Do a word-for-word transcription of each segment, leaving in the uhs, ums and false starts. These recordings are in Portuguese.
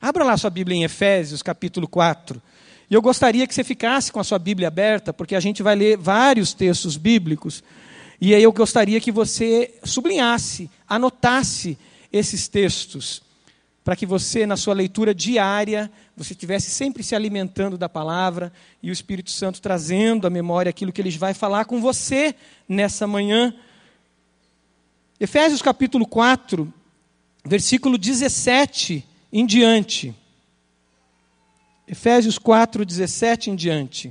Abra lá sua Bíblia em Efésios, capítulo quatro. E eu gostaria que você ficasse com a sua Bíblia aberta, porque a gente vai ler vários textos bíblicos. E aí eu gostaria que você sublinhasse, anotasse esses textos, para que você, na sua leitura diária, você estivesse sempre se alimentando da palavra e o Espírito Santo trazendo à memória aquilo que ele vai falar com você nessa manhã. Efésios capítulo quatro, versículo dezessete em diante. Efésios quatro, dezessete em diante.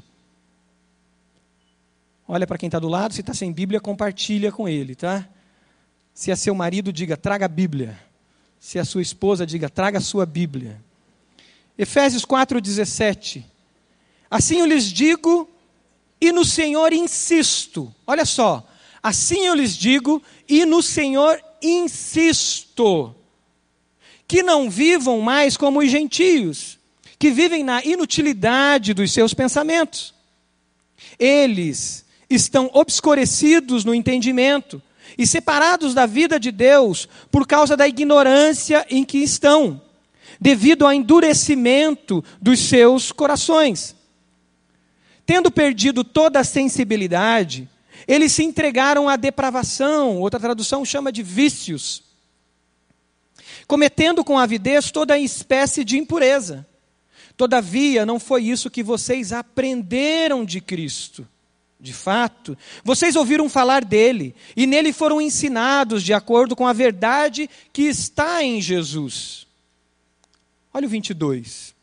Olha para quem está do lado, se está sem Bíblia, compartilha com ele, tá? Se é seu marido, diga, traga a Bíblia. Se é sua esposa, diga, traga a sua Bíblia. Efésios quatro, dezessete. Assim eu lhes digo, e no Senhor insisto. Olha só. Assim eu lhes digo, e no Senhor insisto. Que não vivam mais como os gentios, que vivem na inutilidade dos seus pensamentos. Eles estão obscurecidos no entendimento e separados da vida de Deus por causa da ignorância em que estão, devido ao endurecimento dos seus corações. Tendo perdido toda a sensibilidade, eles se entregaram à depravação, outra tradução chama de vícios, cometendo com avidez toda espécie de impureza. Todavia, não foi isso que vocês aprenderam de Cristo. De fato, vocês ouviram falar dele, e nele foram ensinados de acordo com a verdade que está em Jesus. Olha o vinte e dois.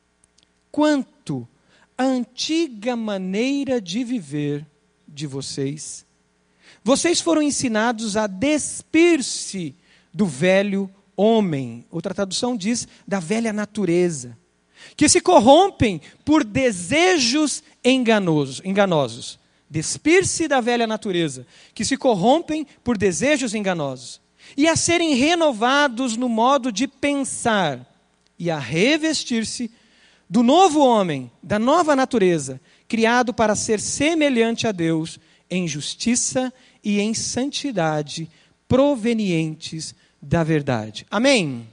Quanto à antiga maneira de viver de vocês, vocês foram ensinados a despir-se do velho homem. Outra tradução diz, da velha natureza, que se corrompem por desejos enganosos. enganosos. Despir-se da velha natureza, que se corrompem por desejos enganosos, e a serem renovados no modo de pensar, e a revestir-se do novo homem, da nova natureza, criado para ser semelhante a Deus, em justiça e em santidade, provenientes da verdade. Amém?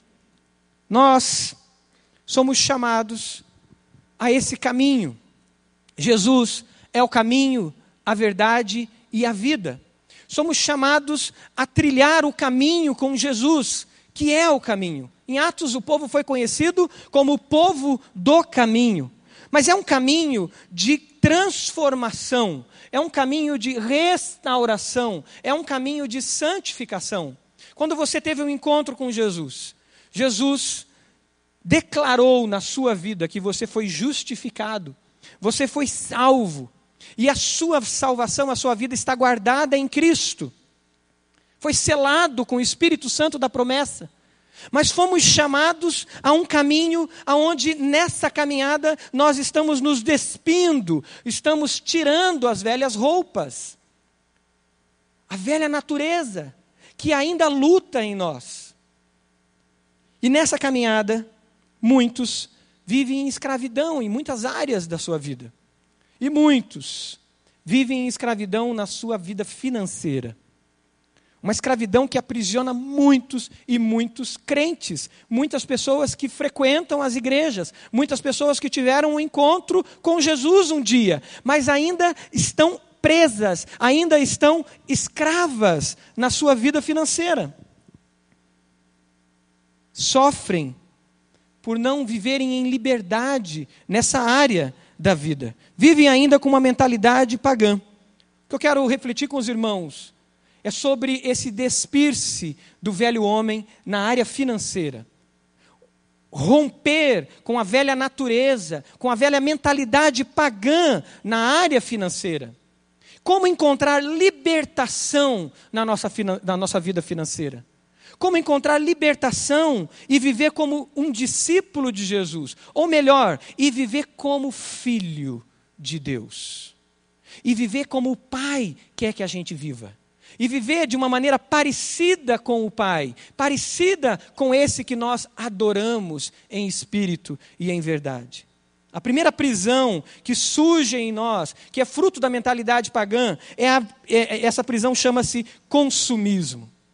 Nós somos chamados a esse caminho. Jesus é o caminho, a verdade e a vida. Somos chamados a trilhar o caminho com Jesus, que é o caminho. Em Atos, o povo foi conhecido como o povo do caminho. Mas é um caminho de transformação, é um caminho de restauração, é um caminho de santificação. Quando você teve um encontro com Jesus, Jesus declarou na sua vida que você foi justificado, você foi salvo, e a sua salvação, a sua vida está guardada em Cristo. Foi selado com o Espírito Santo da promessa. Mas fomos chamados a um caminho onde nessa caminhada nós estamos nos despindo, estamos tirando as velhas roupas, a velha natureza que ainda luta em nós. E nessa caminhada, muitos vivem em escravidão em muitas áreas da sua vida. E muitos vivem em escravidão na sua vida financeira. Uma escravidão que aprisiona muitos e muitos crentes. Muitas pessoas que frequentam as igrejas. Muitas pessoas que tiveram um encontro com Jesus um dia. Mas ainda estão presas, ainda estão escravas na sua vida financeira. Sofrem por não viverem em liberdade nessa área da vida. Vivem ainda com uma mentalidade pagã. O que eu quero refletir com os irmãos é sobre esse despir-se do velho homem na área financeira. Romper com a velha natureza, com a velha mentalidade pagã na área financeira. Como encontrar libertação na nossa, na nossa vida financeira? Como encontrar libertação e viver como um discípulo de Jesus? Ou melhor, e viver como filho de Deus. E viver como o Pai quer que a gente viva. E viver de uma maneira parecida com o Pai, parecida com esse que nós adoramos em espírito e em verdade. A primeira prisão que surge em nós, que é fruto da mentalidade pagã, é a, é, essa prisão chama-se consumismo.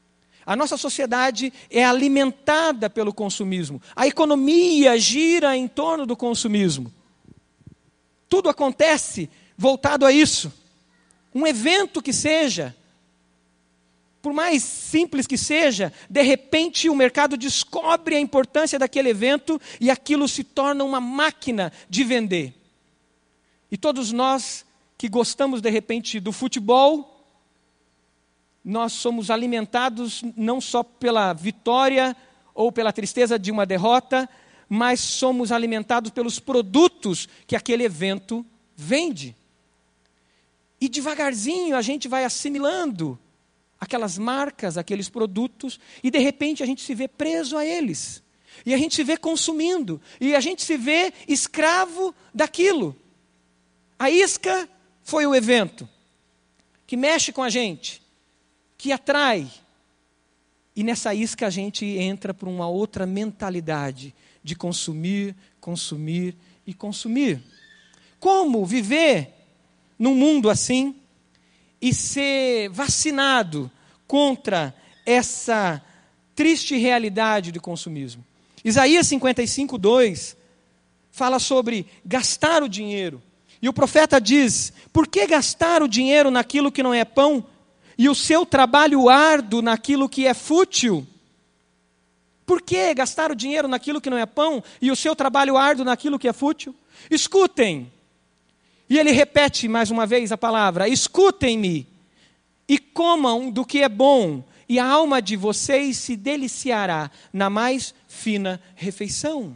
A nossa sociedade é alimentada pelo consumismo. A economia gira em torno do consumismo. Tudo acontece voltado a isso. Um evento que seja, por mais simples que seja, de repente o mercado descobre a importância daquele evento e aquilo se torna uma máquina de vender. E todos nós que gostamos de repente do futebol, nós somos alimentados não só pela vitória ou pela tristeza de uma derrota, mas somos alimentados pelos produtos que aquele evento vende. E devagarzinho a gente vai assimilando aquelas marcas, aqueles produtos, e de repente a gente se vê preso a eles. E a gente se vê consumindo, e a gente se vê escravo daquilo. A isca foi o evento que mexe com a gente, que atrai. E nessa isca a gente entra por uma outra mentalidade de consumir, consumir e consumir. Como viver num mundo assim e ser vacinado contra essa triste realidade do consumismo? Isaías cinquenta e cinco, dois fala sobre gastar o dinheiro. E o profeta diz: por que gastar o dinheiro naquilo que não é pão e o seu trabalho árduo naquilo que é fútil? Por que gastar o dinheiro naquilo que não é pão e o seu trabalho árduo naquilo que é fútil? Escutem. E ele repete mais uma vez a palavra: escutem-me e comam do que é bom, e a alma de vocês se deliciará na mais fina refeição.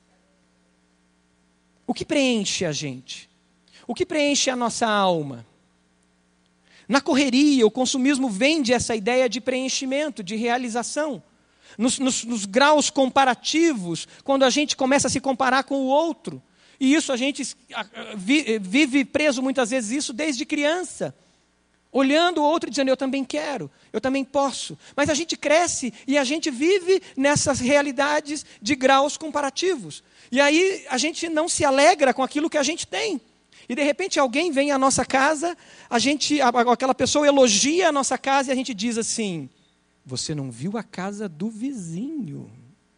O que preenche a gente? O que preenche a nossa alma? Na correria, o consumismo vende essa ideia de preenchimento, de realização. Nos, nos, nos graus comparativos, quando a gente começa a se comparar com o outro. E isso a gente vive preso muitas vezes isso desde criança. Olhando o outro e dizendo: eu também quero, eu também posso. Mas a gente cresce e a gente vive nessas realidades de graus comparativos. E aí a gente não se alegra com aquilo que a gente tem. E de repente alguém vem à nossa casa, a gente, aquela pessoa elogia a nossa casa e a gente diz assim: você não viu a casa do vizinho?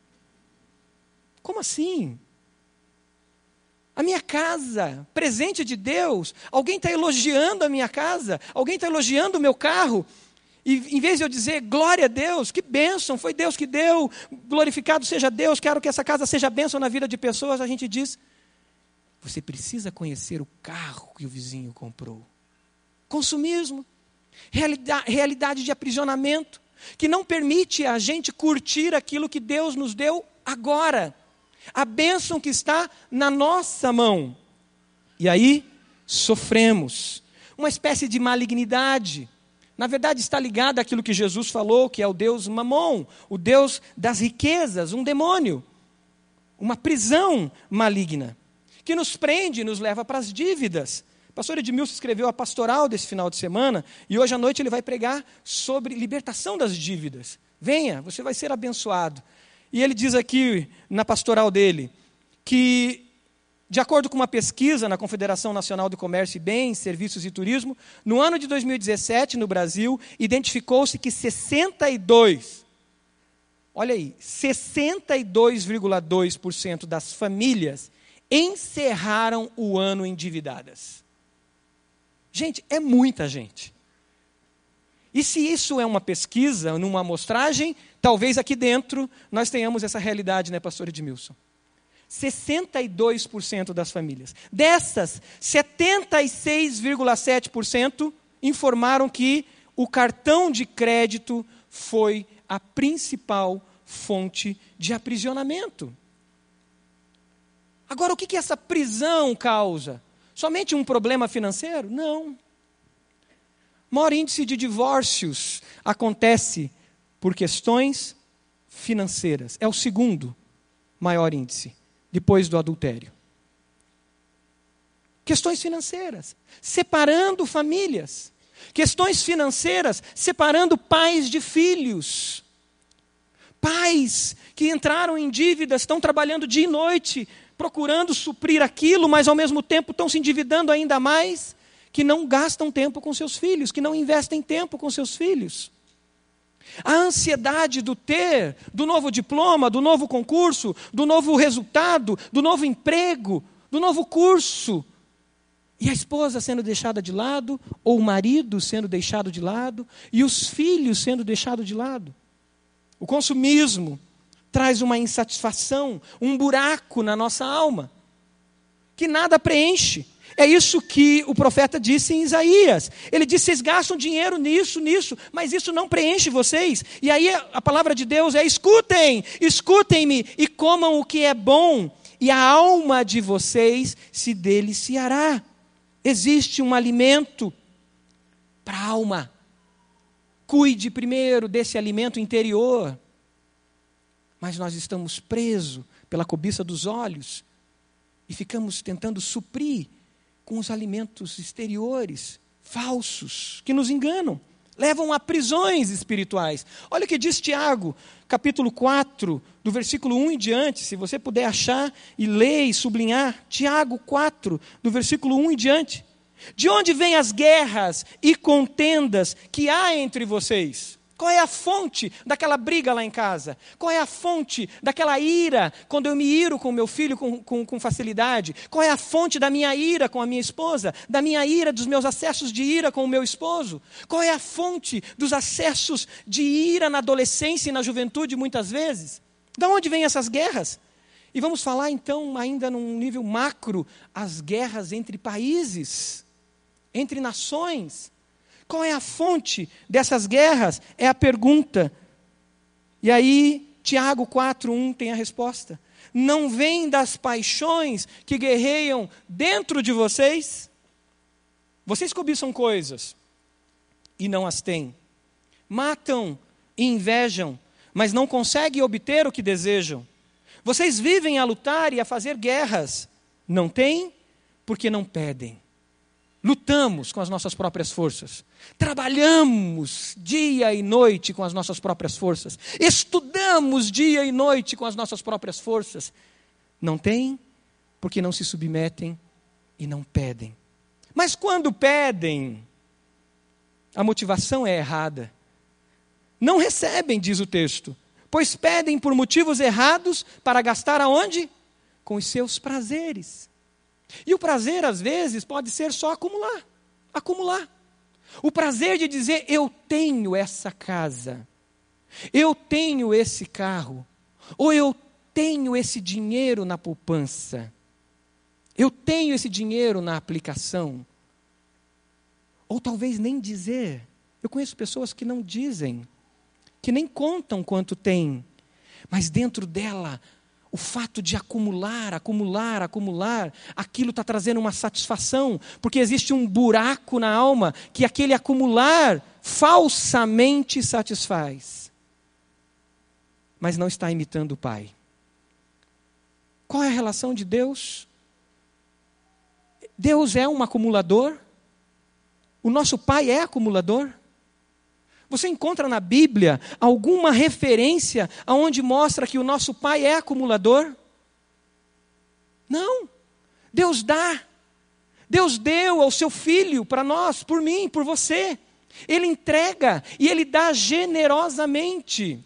Como assim? A minha casa, presente de Deus, alguém está elogiando a minha casa, alguém está elogiando o meu carro, e em vez de eu dizer glória a Deus, que bênção, foi Deus que deu, glorificado seja Deus, quero que essa casa seja bênção na vida de pessoas, a gente diz: você precisa conhecer o carro que o vizinho comprou. Consumismo, realidade, realidade de aprisionamento, que não permite a gente curtir aquilo que Deus nos deu agora. A bênção que está na nossa mão. E aí, sofremos. Uma espécie de malignidade. Na verdade, está ligada àquilo que Jesus falou, que é o Deus Mamon, o Deus das riquezas, um demônio. Uma prisão maligna, que nos prende e nos leva para as dívidas. O pastor Edmilson escreveu a pastoral desse final de semana, e hoje à noite ele vai pregar sobre libertação das dívidas. Venha, você vai ser abençoado. E ele diz aqui, na pastoral dele, que, de acordo com uma pesquisa na Confederação Nacional do Comércio e Bens, Serviços e Turismo, no ano de dois mil e dezessete, no Brasil, identificou-se que sessenta e dois, olha aí, sessenta e dois vírgula dois por cento das famílias encerraram o ano endividadas. Gente, é muita gente. E se isso é uma pesquisa, numa amostragem, talvez aqui dentro nós tenhamos essa realidade, né, pastor Edmilson? sessenta e dois por cento das famílias. Dessas, setenta e seis vírgula sete por cento informaram que o cartão de crédito foi a principal fonte de aprisionamento. Agora, o que que essa prisão causa? Somente um problema financeiro? Não. O maior índice de divórcios acontece por questões financeiras. É o segundo maior índice, depois do adultério. Questões financeiras, separando famílias. Questões financeiras, separando pais de filhos. Pais que entraram em dívidas, estão trabalhando dia e noite, procurando suprir aquilo, mas ao mesmo tempo estão se endividando ainda mais, que não gastam tempo com seus filhos, que não investem tempo com seus filhos. A ansiedade do ter, do novo diploma, do novo concurso, do novo resultado, do novo emprego, do novo curso. E a esposa sendo deixada de lado, ou o marido sendo deixado de lado, e os filhos sendo deixados de lado. O consumismo traz uma insatisfação, um buraco na nossa alma, que nada preenche. É isso que o profeta disse em Isaías. Ele disse: vocês gastam dinheiro nisso, nisso, mas isso não preenche vocês. E aí a palavra de Deus é: escutem, escutem-me e comam o que é bom, e a alma de vocês se deliciará. Existe um alimento para a alma. Cuide primeiro desse alimento interior. Mas nós estamos presos pela cobiça dos olhos e ficamos tentando suprir com os alimentos exteriores, falsos, que nos enganam, levam a prisões espirituais. Olha o que diz Tiago, capítulo quatro, do versículo um em diante, se você puder achar e ler e sublinhar, Tiago quatro, do versículo um em diante. De onde vêm as guerras e contendas que há entre vocês? Qual é a fonte daquela briga lá em casa? Qual é a fonte daquela ira, quando eu me iro com meu filho com, com, com facilidade? Qual é a fonte da minha ira com a minha esposa? Da minha ira, dos meus acessos de ira com o meu esposo? Qual é a fonte dos acessos de ira na adolescência e na juventude, muitas vezes? De onde vêm essas guerras? E vamos falar então, ainda num nível macro, as guerras entre países, entre nações. Qual é a fonte dessas guerras? É a pergunta. E aí, Tiago quatro, um tem a resposta. Não vem das paixões que guerreiam dentro de vocês? Vocês cobiçam coisas e não as têm. Matam e invejam, mas não conseguem obter o que desejam. Vocês vivem a lutar e a fazer guerras. Não têm porque não pedem. Lutamos com as nossas próprias forças. Trabalhamos dia e noite com as nossas próprias forças. Estudamos dia e noite com as nossas próprias forças. Não tem, porque não se submetem e não pedem. Mas quando pedem, a motivação é errada. Não recebem, diz o texto, pois pedem por motivos errados para gastar aonde? Com os seus prazeres. E o prazer, às vezes, pode ser só acumular. Acumular. O prazer de dizer: eu tenho essa casa, eu tenho esse carro, ou eu tenho esse dinheiro na poupança, eu tenho esse dinheiro na aplicação. Ou talvez nem dizer. Eu conheço pessoas que não dizem, que nem contam quanto tem, mas dentro dela, o fato de acumular, acumular, acumular, aquilo está trazendo uma satisfação, porque existe um buraco na alma que aquele acumular falsamente satisfaz, mas não está imitando o Pai. Qual é a relação de Deus? Deus é um acumulador? O nosso Pai é acumulador? Você encontra na Bíblia alguma referência aonde mostra que o nosso Pai é acumulador? Não. Deus dá. Deus deu ao seu Filho para nós, por mim, por você. Ele entrega e Ele dá generosamente.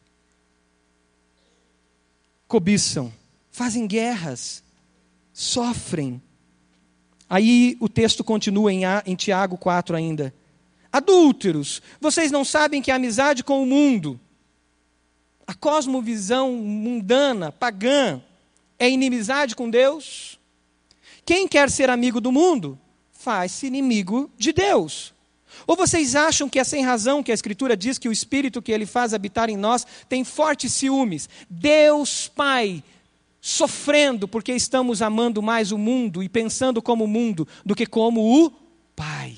Cobiçam, fazem guerras, sofrem. Aí o texto continua em, em Tiago quatro ainda. Adúlteros, vocês não sabem que a amizade com o mundo, a cosmovisão mundana, pagã, é inimizade com Deus? Quem quer ser amigo do mundo, faz-se inimigo de Deus. Ou vocês acham que é sem razão que a Escritura diz que o Espírito que Ele faz habitar em nós tem fortes ciúmes? Deus Pai, sofrendo porque estamos amando mais o mundo e pensando como o mundo do que como o Pai.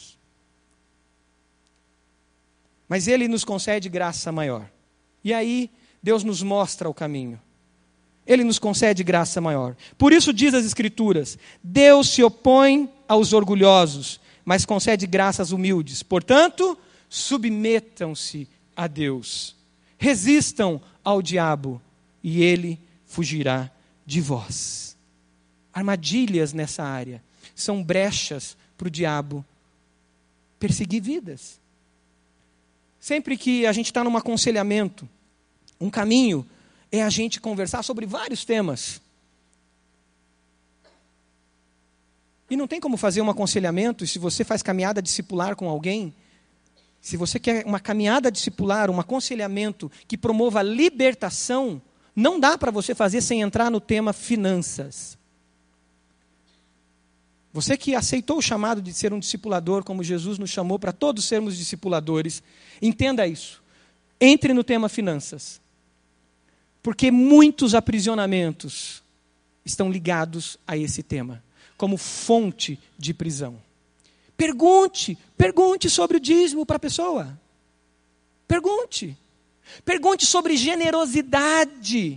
Mas Ele nos concede graça maior. E aí, Deus nos mostra o caminho. Ele nos concede graça maior. Por isso diz as Escrituras: Deus se opõe aos orgulhosos, mas concede graça aos humildes. Portanto, submetam-se a Deus. Resistam ao diabo, e ele fugirá de vós. Armadilhas nessa área são brechas para o diabo perseguir vidas. Sempre que a gente está num aconselhamento, um caminho é a gente conversar sobre vários temas. E não tem como fazer um aconselhamento, e se você faz caminhada discipular com alguém, se você quer uma caminhada discipular, um aconselhamento que promova a libertação, não dá para você fazer sem entrar no tema finanças. Você que aceitou o chamado de ser um discipulador, como Jesus nos chamou para todos sermos discipuladores, entenda isso. Entre no tema finanças. Porque muitos aprisionamentos estão ligados a esse tema, como fonte de prisão. Pergunte, pergunte sobre o dízimo para a pessoa. Pergunte. Pergunte sobre generosidade.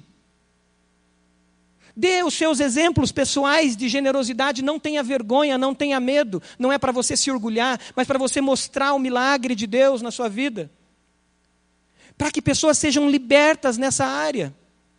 Dê os seus exemplos pessoais de generosidade, não tenha vergonha, não tenha medo. Não é para você se orgulhar, mas para você mostrar o milagre de Deus na sua vida. Para que pessoas sejam libertas nessa área.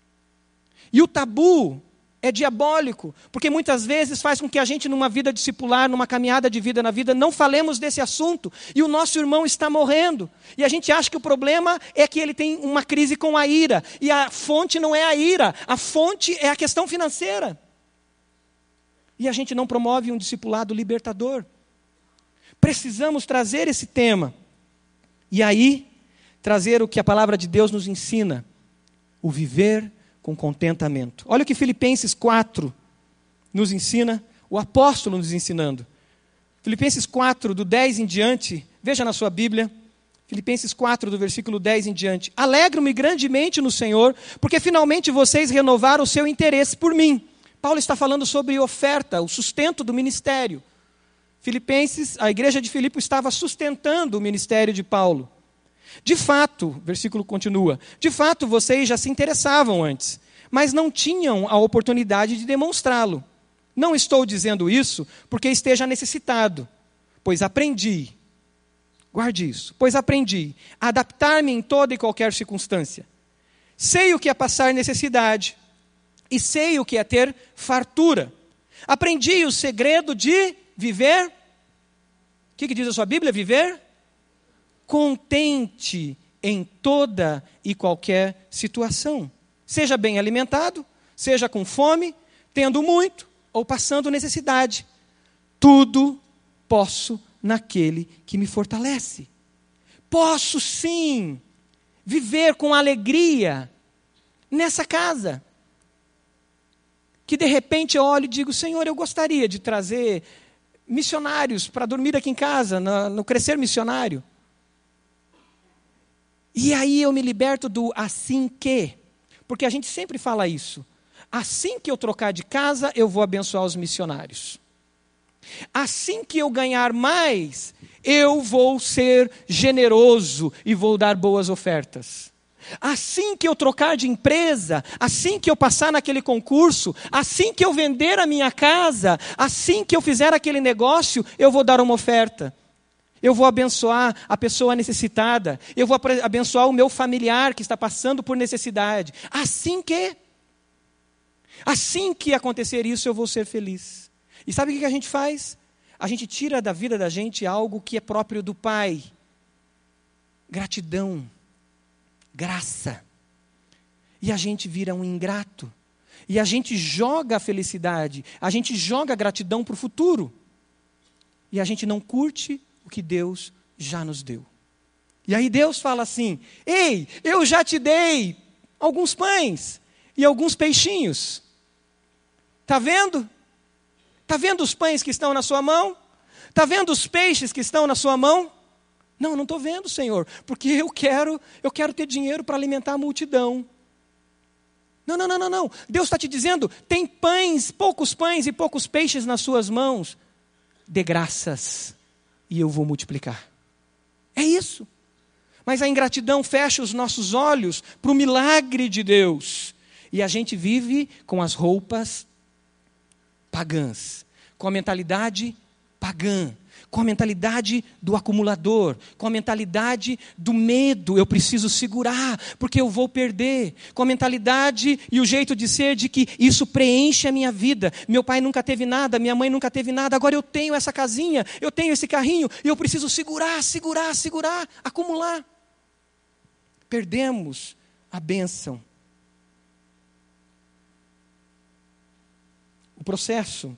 E o tabu é diabólico, porque muitas vezes faz com que a gente, numa vida discipular, numa caminhada de vida na vida, não falemos desse assunto, e o nosso irmão está morrendo, e a gente acha que o problema é que ele tem uma crise com a ira, e a fonte não é a ira, a fonte é a questão financeira. E a gente não promove um discipulado libertador. Precisamos trazer esse tema, e aí, trazer o que a palavra de Deus nos ensina, o viver com contentamento. Olha o que Filipenses quatro nos ensina, o apóstolo nos ensinando. Filipenses quatro, do dez em diante, veja na sua Bíblia, Filipenses quatro, do versículo dez em diante. Alegro-me grandemente no Senhor, porque finalmente vocês renovaram o seu interesse por mim. Paulo está falando sobre oferta, o sustento do ministério. Filipenses, a igreja de Filipe estava sustentando o ministério de Paulo. De fato, o versículo continua, de fato vocês já se interessavam antes, mas não tinham a oportunidade de demonstrá-lo. Não estou dizendo isso porque esteja necessitado, pois aprendi, guarde isso, pois aprendi a adaptar-me em toda e qualquer circunstância. Sei o que é passar necessidade e sei o que é ter fartura. Aprendi o segredo de viver, o que, que diz a sua Bíblia? Viver contente em toda e qualquer situação. Seja bem alimentado, seja com fome, tendo muito ou passando necessidade. Tudo posso naquele que me fortalece. Posso sim viver com alegria nessa casa. Que de repente eu olho e digo, Senhor, eu gostaria de trazer missionários para dormir aqui em casa, no, no Crescer Missionário. E aí eu me liberto do assim que, porque a gente sempre fala isso. Assim que eu trocar de casa, eu vou abençoar os missionários. Assim que eu ganhar mais, eu vou ser generoso e vou dar boas ofertas. Assim que eu trocar de empresa, assim que eu passar naquele concurso, assim que eu vender a minha casa, assim que eu fizer aquele negócio, eu vou dar uma oferta. Eu vou abençoar a pessoa necessitada. Eu vou abençoar o meu familiar que está passando por necessidade. Assim que, assim que acontecer isso, eu vou ser feliz. E sabe o que a gente faz? A gente tira da vida da gente algo que é próprio do Pai. Gratidão, graça. E a gente vira um ingrato. E a gente joga a felicidade, a gente joga a gratidão para o futuro. E a gente não curte o que Deus já nos deu. E aí Deus fala assim, ei, eu já te dei alguns pães e alguns peixinhos. Está vendo? Está vendo os pães que estão na sua mão? Está vendo os peixes que estão na sua mão? Não, não estou vendo, Senhor, porque eu quero, eu quero ter dinheiro para alimentar a multidão. Não, não, não, não, não. Deus está te dizendo, tem pães, poucos pães e poucos peixes nas suas mãos. Dê graças. E eu vou multiplicar. É isso. Mas a ingratidão fecha os nossos olhos para o milagre de Deus. E a gente vive com as roupas pagãs, com a mentalidade pagã, com a mentalidade do acumulador, com a mentalidade do medo, eu preciso segurar, porque eu vou perder, com a mentalidade e o jeito de ser de que isso preenche a minha vida, meu pai nunca teve nada, minha mãe nunca teve nada, agora eu tenho essa casinha, eu tenho esse carrinho, e eu preciso segurar, segurar, segurar, acumular. perdemos a bênção. O processo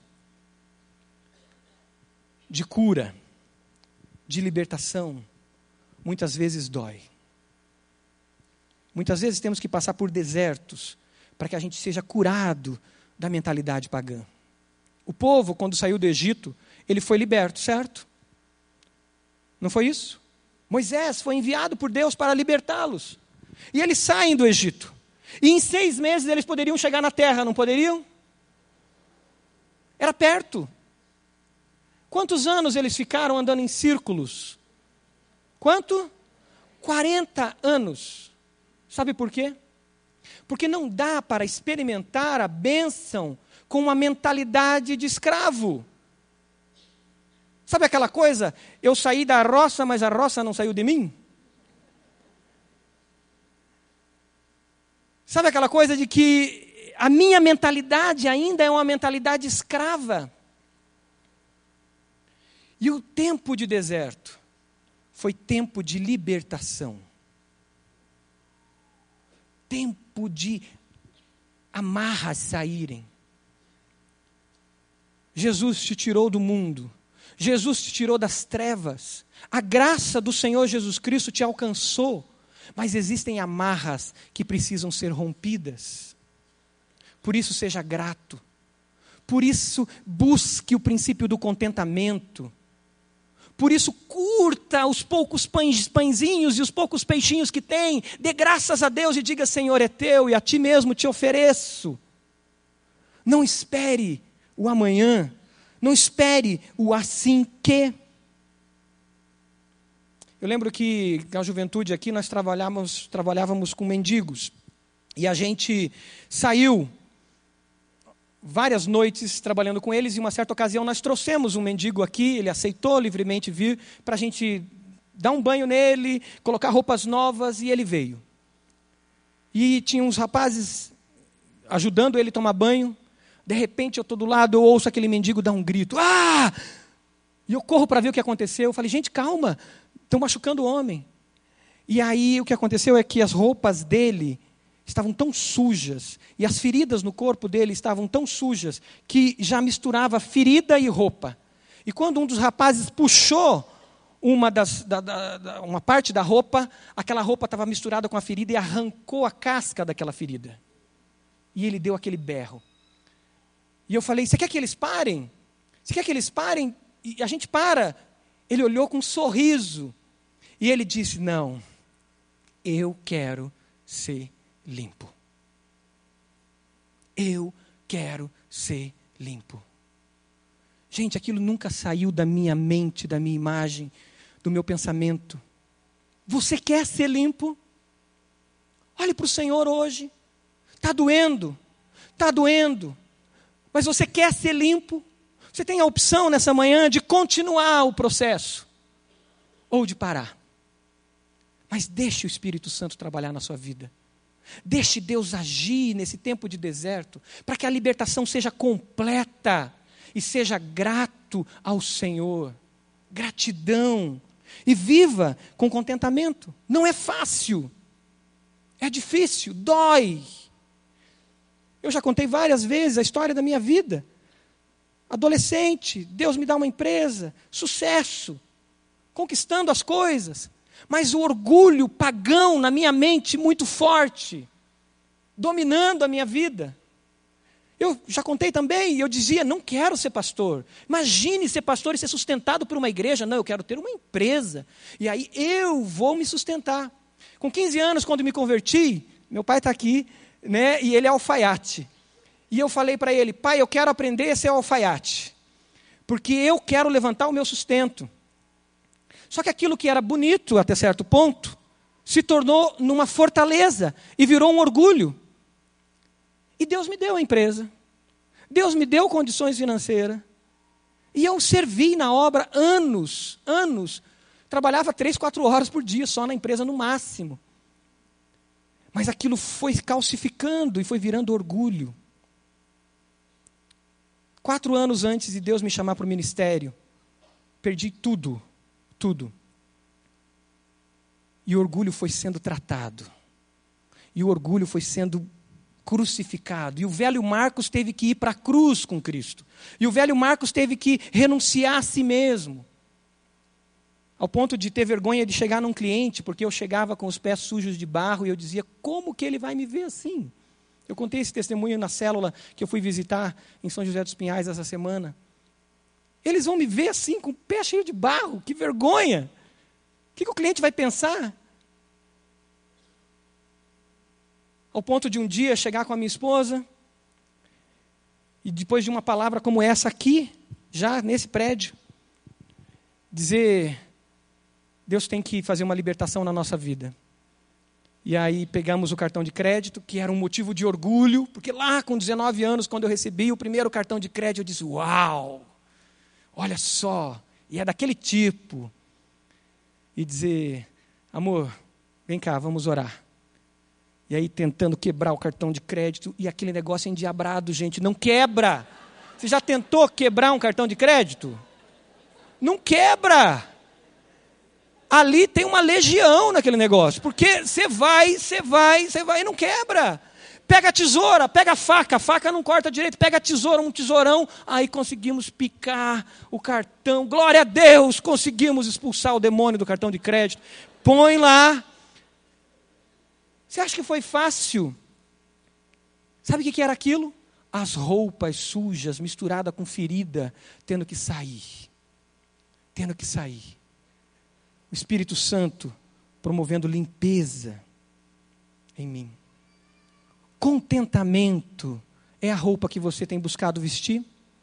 de cura, de libertação, muitas vezes dói. Muitas vezes temos que passar por desertos para que a gente seja curado da mentalidade pagã. O povo, quando saiu do Egito, ele foi liberto, certo? Não foi isso? Moisés foi enviado por Deus para libertá-los. E eles saem do Egito. E em seis meses eles poderiam chegar na terra, não poderiam? Era perto. Quantos anos eles ficaram andando em círculos? Quanto? quarenta anos. Sabe por quê? Porque não dá para experimentar a bênção com uma mentalidade de escravo. Sabe aquela coisa? Eu saí da roça, mas a roça não saiu de mim? Sabe aquela coisa de que a minha mentalidade ainda é uma mentalidade escrava? E o tempo de deserto foi tempo de libertação. Tempo de amarras saírem. Jesus te tirou do mundo. Jesus te tirou das trevas. A graça do Senhor Jesus Cristo te alcançou. Mas existem amarras que precisam ser rompidas. Por isso seja grato. Por isso busque o princípio do contentamento. Por isso curta os poucos pães, pãezinhos e os poucos peixinhos que tem. Dê graças a Deus e diga: Senhor, é teu e a ti mesmo te ofereço. Não espere o amanhã. Não espere o assim que. Eu lembro que na juventude aqui nós trabalhávamos, trabalhávamos com mendigos. E a gente saiu várias noites trabalhando com eles, e uma certa ocasião nós trouxemos um mendigo aqui, ele aceitou livremente vir, para a gente dar um banho nele, colocar roupas novas, e ele veio. E tinha uns rapazes ajudando ele a tomar banho. De repente eu estou do lado, eu ouço aquele mendigo dar um grito. Ah! E eu corro para ver o que aconteceu. Eu falei: gente, calma, estão machucando o homem. E aí o que aconteceu é que as roupas dele estavam tão sujas, e as feridas no corpo dele estavam tão sujas, que já misturava ferida e roupa. E quando um dos rapazes puxou uma, das, da, da, da, uma parte da roupa, aquela roupa estava misturada com a ferida e arrancou a casca daquela ferida. E ele deu aquele berro. E eu falei: você quer que eles parem? Você quer que eles parem? E a gente para. Ele olhou com um sorriso. E ele disse: não, eu quero ser limpo. Eu quero ser limpo. Gente, aquilo nunca saiu da minha mente, da minha imagem, do meu pensamento. Você quer ser limpo? Olhe para o Senhor hoje. Está doendo. Está doendo. Mas você quer ser limpo? Você tem a opção nessa manhã de continuar o processo ou de parar. Mas deixe o Espírito Santo trabalhar na sua vida. Deixe Deus agir nesse tempo de deserto, para que a libertação seja completa e seja grato ao Senhor. Gratidão. E viva com contentamento. Não é fácil. É difícil, dói. Eu já contei várias vezes a história da minha vida. Adolescente, Deus me dá uma empresa, sucesso, conquistando as coisas. Mas o orgulho pagão na minha mente muito forte, dominando a minha vida. Eu já contei também, eu dizia: não quero ser pastor. Imagine ser pastor e ser sustentado por uma igreja. Não, eu quero ter uma empresa. E aí eu vou me sustentar. Com quinze anos, quando me converti, meu pai está aqui, né, e ele é alfaiate. E eu falei para ele: pai, eu quero aprender a ser alfaiate, porque eu quero levantar o meu sustento. Só que aquilo que era bonito até certo ponto, se tornou numa fortaleza e virou um orgulho. E Deus me deu a empresa. Deus me deu condições financeiras. E eu servi na obra anos, anos. Trabalhava três, quatro horas por dia só na empresa no máximo. Mas aquilo foi calcificando e foi virando orgulho. Quatro anos antes de Deus me chamar para o ministério, perdi tudo. Tudo. E o orgulho foi sendo tratado. E o orgulho foi sendo crucificado. E o velho Marcos teve que ir para a cruz com Cristo. E o velho Marcos teve que renunciar a si mesmo. Ao ponto de ter vergonha de chegar num cliente, porque eu chegava com os pés sujos de barro e eu dizia, como que ele vai me ver assim? Eu contei esse testemunho na célula que eu fui visitar em São José dos Pinhais essa semana. Eles vão me ver assim, com o pé cheio de barro, que vergonha! O que, que o cliente vai pensar? Ao ponto de um dia chegar com a minha esposa e depois de uma palavra como essa aqui, já nesse prédio, dizer, Deus tem que fazer uma libertação na nossa vida. E aí pegamos o cartão de crédito, que era um motivo de orgulho, porque lá com dezenove anos, quando eu recebi o primeiro cartão de crédito, eu disse, uau, olha só, e é daquele tipo. E dizer, amor, vem cá, vamos orar. E aí tentando quebrar o cartão de crédito, e aquele negócio endiabrado, gente, não quebra. Você já tentou quebrar um cartão de crédito? Não quebra. Ali tem uma legião naquele negócio, porque você vai, você vai, você vai e não quebra. Pega a tesoura, pega a faca, a faca não corta direito, pega a tesoura, um tesourão, aí conseguimos picar o cartão, glória a Deus, conseguimos expulsar o demônio do cartão de crédito, põe lá. Você acha que foi fácil? Sabe o que era aquilo? As roupas sujas, misturada com ferida, tendo que sair, tendo que sair. O Espírito Santo promovendo limpeza em mim. Contentamento é a roupa que você tem buscado vestir?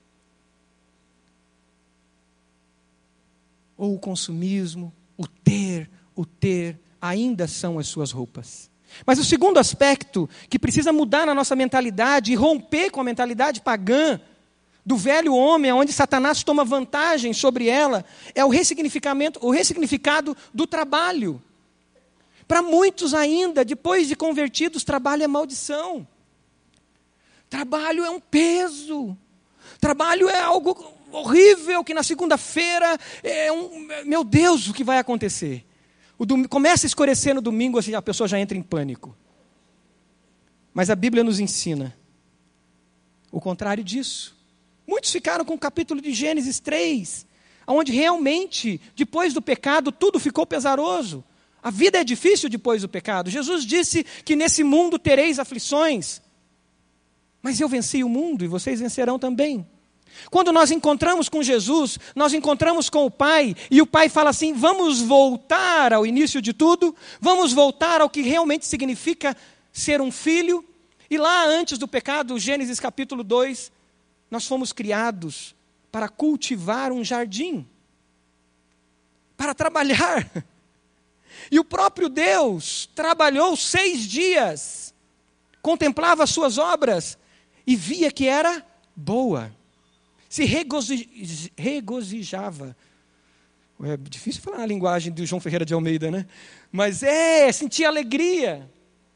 Ou o consumismo, o ter, o ter, ainda são as suas roupas? Mas o segundo aspecto que precisa mudar na nossa mentalidade e romper com a mentalidade pagã do velho homem, onde Satanás toma vantagem sobre ela, é o ressignificamento, o ressignificado do trabalho. Para muitos ainda, depois de convertidos, trabalho é maldição. Trabalho é um peso. Trabalho é algo horrível que na segunda-feira é um... Meu Deus, o que vai acontecer? O dom... Começa a escurecer no domingo, assim, a pessoa já entra em pânico. Mas a Bíblia nos ensina o contrário disso. Muitos ficaram com o capítulo de Gênesis três, onde realmente, depois do pecado, tudo ficou pesaroso. A vida é difícil depois do pecado. Jesus disse que nesse mundo tereis aflições. Mas eu venci o mundo e vocês vencerão também. Quando nós encontramos com Jesus, nós encontramos com o Pai, e o Pai fala assim, vamos voltar ao início de tudo, vamos voltar ao que realmente significa ser um filho. E lá antes do pecado, Gênesis capítulo dois, nós fomos criados para cultivar um jardim, para trabalhar. E o próprio Deus trabalhou seis dias, contemplava as suas obras e via que era boa. Se regozi- regozijava. É difícil falar na linguagem do João Ferreira de Almeida, né? Mas é, sentia alegria.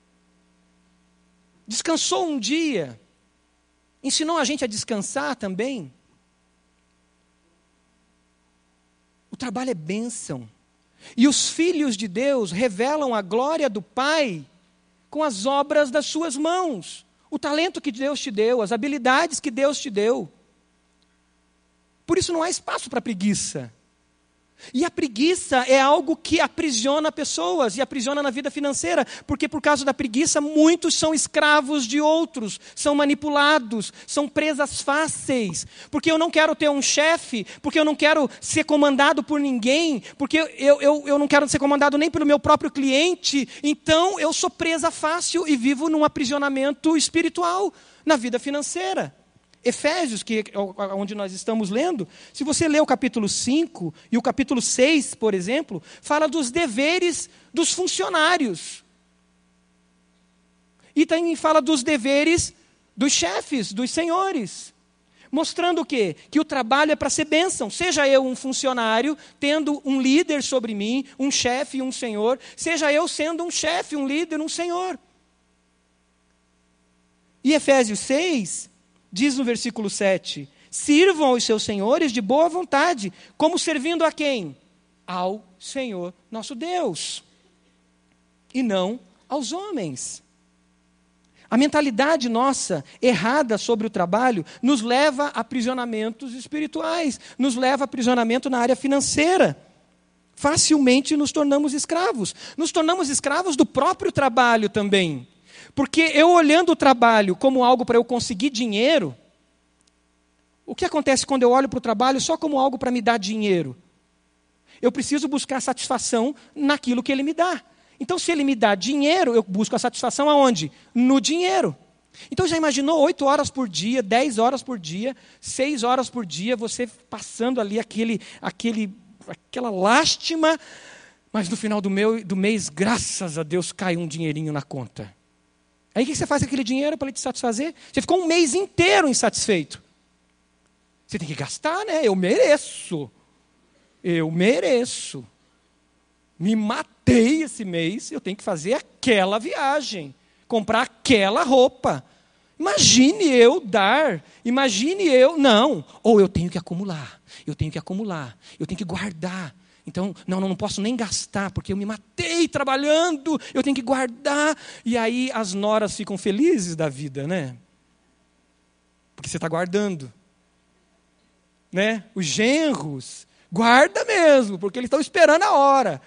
Descansou um dia. Ensinou a gente a descansar também. O trabalho é bênção. E os filhos de Deus revelam a glória do Pai com as obras das suas mãos. O talento que Deus te deu, as habilidades que Deus te deu. Por isso não há espaço para preguiça. E a preguiça é algo que aprisiona pessoas e aprisiona na vida financeira, porque por causa da preguiça muitos são escravos de outros, são manipulados, são presas fáceis, porque eu não quero ter um chefe, porque eu não quero ser comandado por ninguém, porque eu, eu, eu não quero ser comandado nem pelo meu próprio cliente, então eu sou presa fácil e vivo num aprisionamento espiritual na vida financeira. Efésios, que é onde nós estamos lendo, se você ler o capítulo cinco e o capítulo seis, por exemplo, fala dos deveres dos funcionários. E também fala dos deveres dos chefes, dos senhores. Mostrando o quê? Que o trabalho é para ser bênção. Seja eu um funcionário, tendo um líder sobre mim, um chefe e um senhor. Seja eu sendo um chefe, um líder, um senhor. E Efésios seis... diz no versículo sete, sirvam aos seus senhores de boa vontade, como servindo a quem? Ao Senhor nosso Deus. e não aos homens. A mentalidade nossa errada sobre o trabalho nos leva a aprisionamentos espirituais, nos leva a aprisionamento na área financeira. Facilmente nos tornamos escravos. Nos tornamos escravos do próprio trabalho também. Porque eu olhando o trabalho como algo para eu conseguir dinheiro, o que acontece quando eu olho para o trabalho só como algo para me dar dinheiro? Eu preciso buscar satisfação naquilo que ele me dá. Então, se ele me dá dinheiro, eu busco a satisfação aonde? No dinheiro. Então, já imaginou oito horas por dia, dez horas por dia, seis horas por dia, você passando ali aquele, aquele, aquela lástima, mas no final do, meu, do mês, graças a Deus, cai um dinheirinho na conta. Aí o que você faz com aquele dinheiro para ele te satisfazer? Você ficou um mês inteiro insatisfeito. Você tem que gastar, né? Eu mereço. Eu mereço. Me matei esse mês, eu tenho que fazer aquela viagem, comprar aquela roupa. Imagine eu dar, imagine eu, não. Ou eu tenho que acumular, eu tenho que acumular, eu tenho que guardar. Então, não, não, não posso nem gastar, porque eu me matei trabalhando, eu tenho que guardar. E aí as noras ficam felizes da vida, né? Porque você está guardando. Né? Os genros, guarda mesmo, porque eles estão esperando a hora.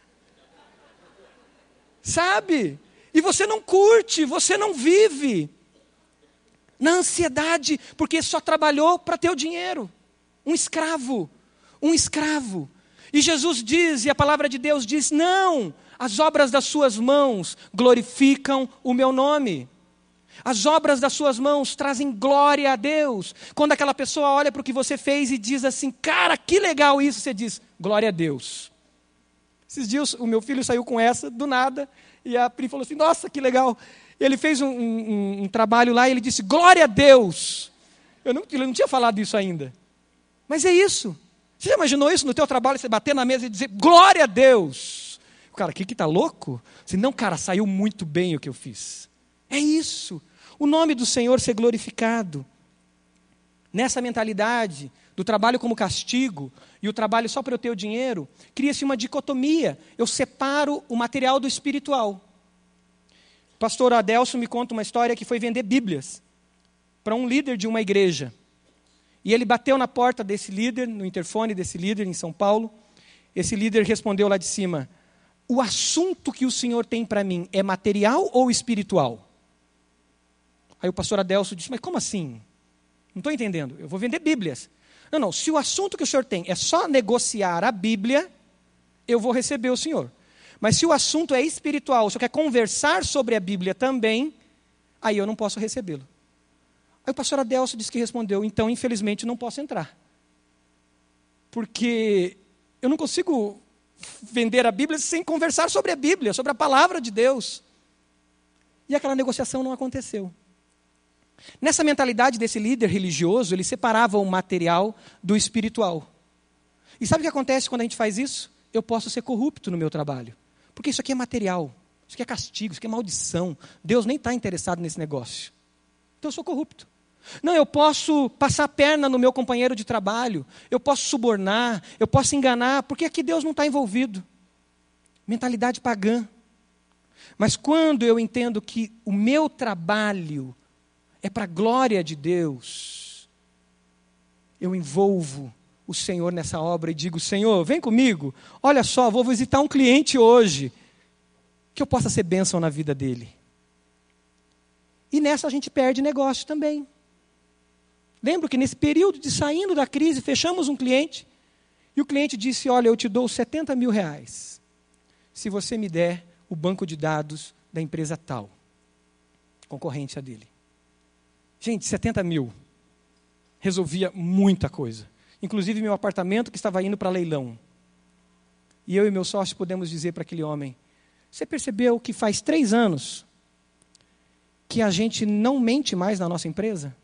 Sabe? E você não curte, você não vive. Na ansiedade, porque só trabalhou para ter o dinheiro. Um escravo, um escravo. E Jesus diz, e a palavra de Deus diz, não, as obras das suas mãos glorificam o meu nome. As obras das suas mãos trazem glória a Deus. Quando aquela pessoa olha para o que você fez e diz assim, cara, que legal isso, você diz, glória a Deus. Esses dias o meu filho saiu com essa, do nada, e a Pri falou assim, nossa, que legal. Ele fez um, um, um trabalho lá e ele disse, glória a Deus. Eu não, ele não tinha falado isso ainda. Mas é isso. Você já imaginou isso no teu trabalho, você bater na mesa e dizer, glória a Deus. O cara, aqui que está louco? Você, não, cara, saiu muito bem o que eu fiz. É isso. O nome do Senhor ser glorificado. Nessa mentalidade do trabalho como castigo e o trabalho só para eu ter o dinheiro, cria-se uma dicotomia. Eu separo o material do espiritual. O pastor Adelson me conta uma história que foi vender Bíblias para um líder de uma igreja. E ele bateu na porta desse líder, no interfone desse líder em São Paulo. Esse líder respondeu lá de cima, o assunto que o senhor tem para mim é material ou espiritual? Aí o pastor Adelson disse, mas como assim? Não estou entendendo, eu vou vender Bíblias. Não, não, se o assunto que o senhor tem é só negociar a Bíblia, eu vou receber o senhor. Mas se o assunto é espiritual, o senhor quer conversar sobre a Bíblia também, aí eu não posso recebê-lo. Aí o pastor Adelson disse que respondeu, então infelizmente não posso entrar. Porque eu não consigo vender a Bíblia sem conversar sobre a Bíblia, sobre a palavra de Deus. E aquela negociação não aconteceu. Nessa mentalidade desse líder religioso, ele separava o material do espiritual. E sabe o que acontece quando a gente faz isso? Eu posso ser corrupto no meu trabalho. Porque isso aqui é material, isso aqui é castigo, isso aqui é maldição. Deus nem está interessado nesse negócio. Então eu sou corrupto. Não, eu posso passar a perna no meu companheiro de trabalho, eu posso subornar, eu posso enganar, porque aqui Deus não está envolvido. Mentalidade pagã. Mas quando eu entendo que o meu trabalho é para a glória de Deus, eu envolvo o Senhor nessa obra e digo, Senhor, vem comigo, olha só, vou visitar um cliente hoje, que eu possa ser bênção na vida dele. E nessa a gente perde negócio também. Lembro que nesse período de saindo da crise, fechamos um cliente, e o cliente disse, olha, eu te dou setenta mil reais, se você me der o banco de dados da empresa tal, concorrência dele. Gente, setenta mil, resolvia muita coisa, inclusive meu apartamento que estava indo para leilão. E eu e meu sócio podemos dizer para aquele homem, você percebeu que faz três anos que a gente não mente mais na nossa empresa?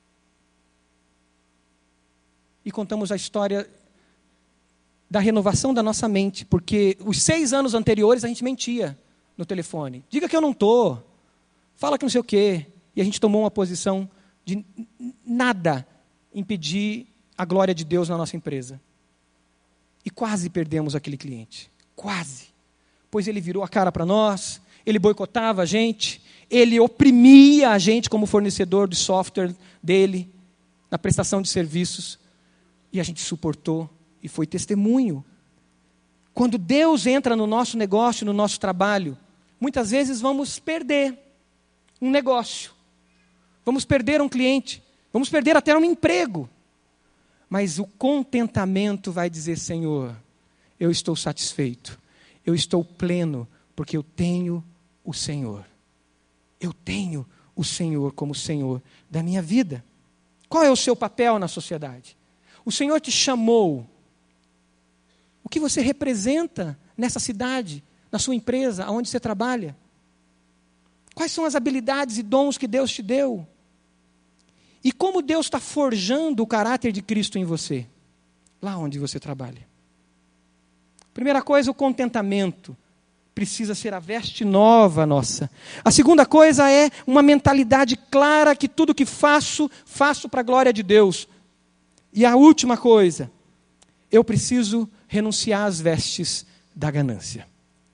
E contamos a história da renovação da nossa mente, porque os seis anos anteriores a gente mentia no telefone. Diga que eu não estou, fala que não sei o quê. E a gente tomou uma posição de nada impedir a glória de Deus na nossa empresa. E quase perdemos aquele cliente, quase. pois ele virou a cara para nós, ele boicotava a gente, ele oprimia a gente como fornecedor de software dele, na prestação de serviços, e a gente suportou e foi testemunho. Quando Deus entra no nosso negócio, no nosso trabalho, muitas vezes vamos perder um negócio, vamos perder um cliente, vamos perder até um emprego. Mas o contentamento vai dizer: Senhor, eu estou satisfeito, eu estou pleno, porque eu tenho o Senhor. Eu tenho o Senhor como Senhor da minha vida. Qual é o seu papel na sociedade? O Senhor te chamou. O que você representa nessa cidade, na sua empresa, aonde você trabalha? Quais são as habilidades e dons que Deus te deu? E como Deus está forjando o caráter de Cristo em você, lá onde você trabalha? Primeira coisa, o contentamento precisa ser a veste nova nossa. A segunda coisa é uma mentalidade clara que tudo que faço, faço para a glória de Deus. E a última coisa, eu preciso renunciar às vestes da ganância.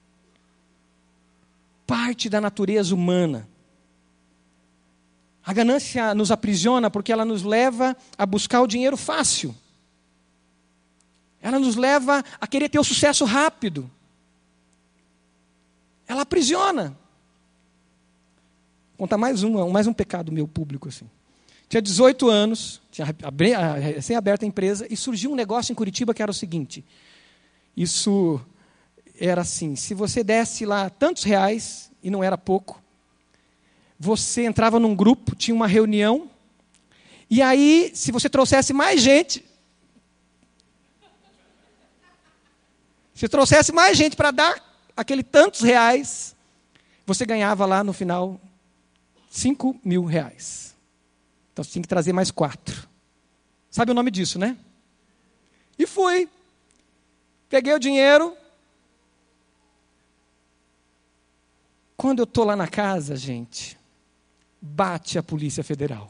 Parte da natureza humana. A ganância nos aprisiona porque ela nos leva a buscar o dinheiro fácil. Ela nos leva a querer ter o sucesso rápido. Ela aprisiona. Vou contar mais, uma, mais um pecado meu público. Assim. Tinha dezoito anos, tinha recém-aberta a empresa, e surgiu um negócio em Curitiba que era o seguinte. Isso era assim, se você desse lá tantos reais, e não era pouco, você entrava num grupo, tinha uma reunião, e aí, se você trouxesse mais gente, se trouxesse mais gente para dar aquele tantos reais, você ganhava lá no final cinco mil reais. Então você tinha que trazer mais quatro. Sabe o nome disso, né? E fui. Peguei o dinheiro. Quando eu estou lá na casa, gente, bate a Polícia Federal.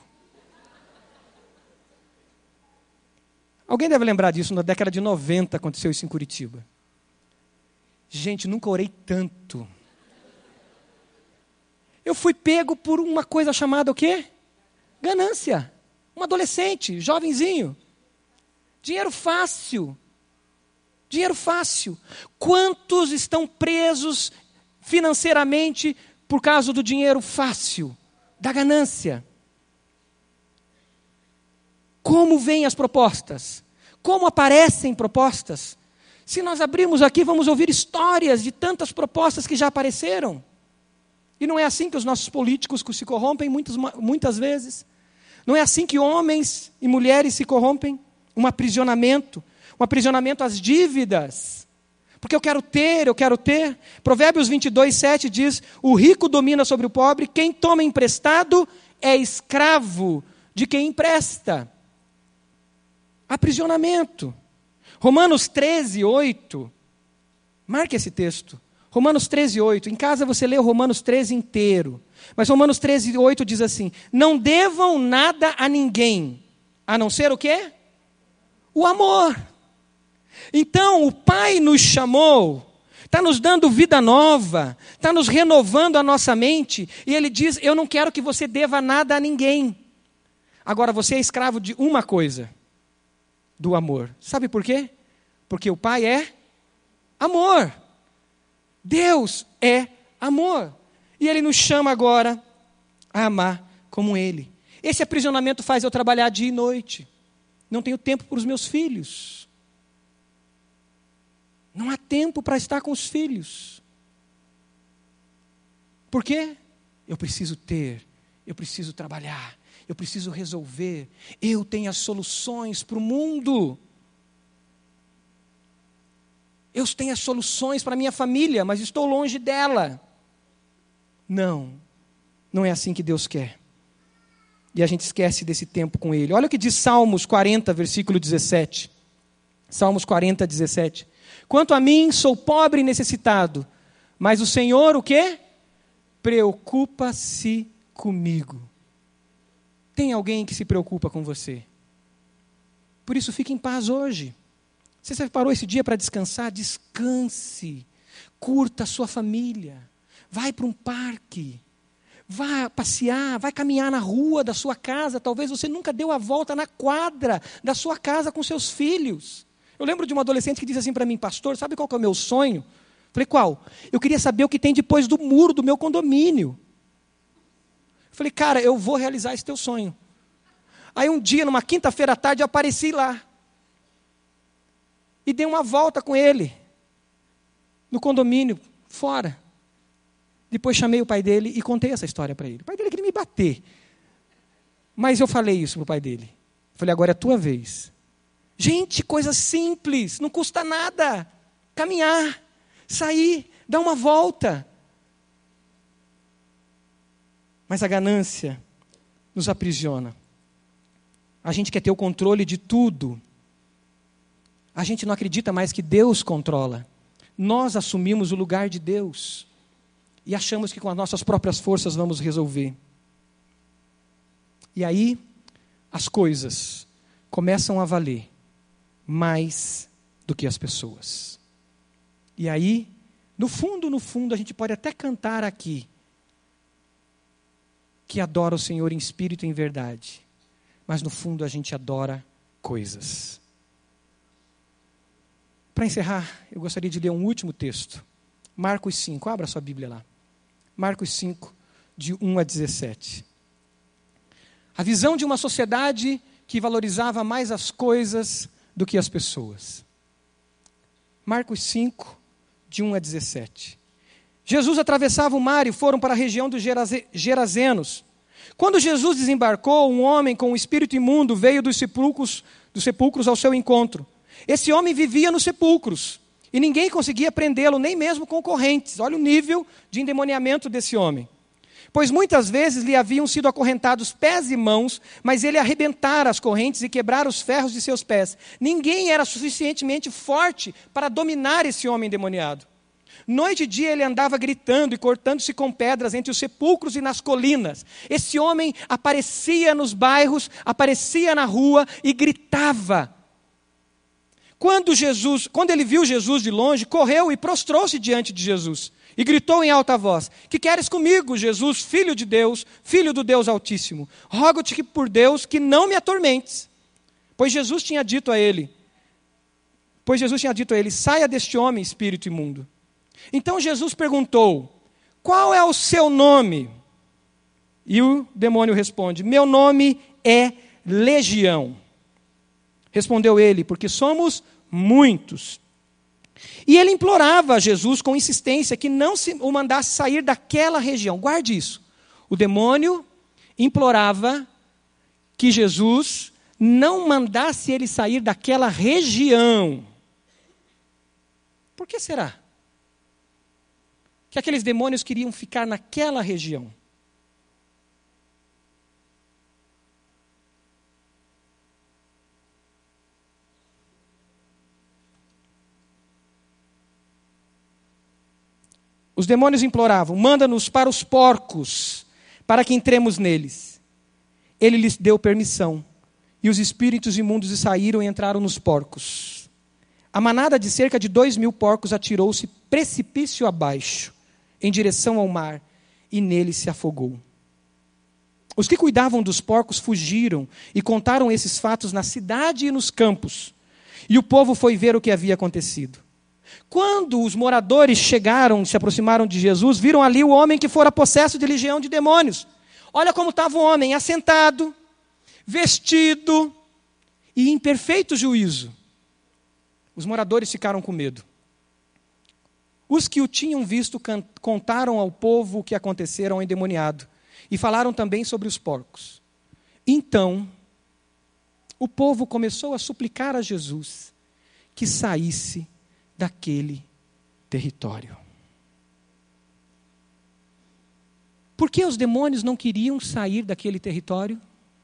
Alguém deve lembrar disso, na década de noventa aconteceu isso em Curitiba. Gente, nunca orei tanto. Eu fui pego por uma coisa chamada o quê? Ganância. Um adolescente, jovenzinho. Dinheiro fácil. Dinheiro fácil. Quantos estão presos financeiramente por causa do dinheiro fácil? Da ganância. Como vêm as propostas? Como aparecem propostas? Se nós abrirmos aqui, vamos ouvir histórias de tantas propostas que já apareceram. E não é assim que os nossos políticos se corrompem muitas, muitas vezes. Não é assim que homens e mulheres se corrompem. Um aprisionamento. Um aprisionamento às dívidas. Porque eu quero ter, eu quero ter. Provérbios vinte e dois, sete diz: o rico domina sobre o pobre, quem toma emprestado é escravo de quem empresta. Aprisionamento. Romanos treze, oito. Marque esse texto. Romanos treze, oito. Em casa você lê o Romanos treze inteiro. Mas Romanos treze, oito diz assim: não devam nada a ninguém, a não ser o quê? O amor. Então, o Pai nos chamou, está nos dando vida nova, está nos renovando a nossa mente, e Ele diz: eu não quero que você deva nada a ninguém. Agora, você é escravo de uma coisa: do amor. Sabe por quê? Porque o Pai é amor. Deus é amor. E Ele nos chama agora a amar como Ele. Esse aprisionamento faz eu trabalhar dia e noite. Não tenho tempo para os meus filhos. Não há tempo para estar com os filhos. Por quê? Eu preciso ter, eu preciso trabalhar, eu preciso resolver. Eu tenho as soluções para o mundo. Eu tenho as soluções para a minha família, mas estou longe dela. Não, não é assim que Deus quer. E a gente esquece desse tempo com Ele. Olha o que diz Salmos quarenta, versículo dezessete. Salmos quarenta, dezessete. Quanto a mim, sou pobre e necessitado, mas o Senhor, o quê? Preocupa-se comigo. Tem alguém que se preocupa com você? Por isso, fique em paz hoje. Você separou esse dia para descansar? Descanse. Curta a sua família. Vai para um parque. Vá passear, vai caminhar na rua da sua casa. Talvez você nunca deu a volta na quadra da sua casa com seus filhos. Eu lembro de uma adolescente que disse assim para mim: pastor, sabe qual que é o meu sonho? Falei, qual? Eu queria saber o que tem depois do muro do meu condomínio. Falei, cara, eu vou realizar esse teu sonho. Aí um dia, numa quinta-feira à tarde, eu apareci lá. E dei uma volta com ele. No condomínio, fora. Depois chamei o pai dele e contei essa história para ele. O pai dele queria me bater. Mas eu falei isso para o pai dele. Falei, agora é a tua vez. Gente, coisa simples, não custa nada. Caminhar, sair, dar uma volta. Mas a ganância nos aprisiona. A gente quer ter o controle de tudo. A gente não acredita mais que Deus controla. Nós assumimos o lugar de Deus. E achamos que com as nossas próprias forças vamos resolver. E aí, as coisas começam a valer mais do que as pessoas. E aí, no fundo, no fundo, a gente pode até cantar aqui que adora o Senhor em espírito e em verdade. Mas no fundo a gente adora coisas. Para encerrar, eu gostaria de ler um último texto. Marcos cinco, abra sua Bíblia lá. Marcos cinco, de um a dezessete. A visão de uma sociedade que valorizava mais as coisas do que as pessoas. Marcos cinco, de um a dezessete. Jesus atravessava o mar e foram para a região dos Gerazenos. Quando Jesus desembarcou, um homem com um espírito imundo veio dos sepulcros, dos sepulcros ao seu encontro. Esse homem vivia nos sepulcros e ninguém conseguia prendê-lo, nem mesmo com correntes. Olha o nível de endemoniamento desse homem. Pois muitas vezes lhe haviam sido acorrentados pés e mãos, mas ele arrebentara as correntes e quebrara os ferros de seus pés. Ninguém era suficientemente forte para dominar esse homem endemoniado. Noite e dia ele andava gritando e cortando-se com pedras entre os sepulcros e nas colinas. Esse homem aparecia nos bairros, aparecia na rua e gritava. Quando Jesus, quando ele viu Jesus de longe, correu e prostrou-se diante de Jesus. E gritou em alta voz: que queres comigo, Jesus, filho de Deus, filho do Deus Altíssimo? Rogo-te que por Deus que não me atormentes. Pois Jesus tinha dito a ele, pois Jesus tinha dito a ele, saia deste homem, espírito imundo. Então Jesus perguntou, qual é o seu nome? E o demônio responde, meu nome é Legião. Respondeu ele, porque somos muitos. E ele implorava a Jesus com insistência que não se o mandasse sair daquela região. Guarde isso. O demônio implorava que Jesus não mandasse ele sair daquela região. Por que será? Que aqueles demônios queriam ficar naquela região. Os demônios imploravam, manda-nos para os porcos, para que entremos neles. Ele lhes deu permissão, e os espíritos imundos saíram e entraram nos porcos. A manada de cerca de dois mil porcos atirou-se precipício abaixo, em direção ao mar, e nele se afogou. Os que cuidavam dos porcos fugiram e contaram esses fatos na cidade e nos campos. E o povo foi ver o que havia acontecido. Quando os moradores chegaram, se aproximaram de Jesus, viram ali o homem que fora possesso de legião de demônios. Olha como estava o homem, assentado, vestido e em perfeito juízo. Os moradores ficaram com medo. Os que o tinham visto contaram ao povo o que acontecera ao endemoniado e falaram também sobre os porcos. Então, o povo começou a suplicar a Jesus que saísse daquele território. Por que os demônios não queriam sair daquele território?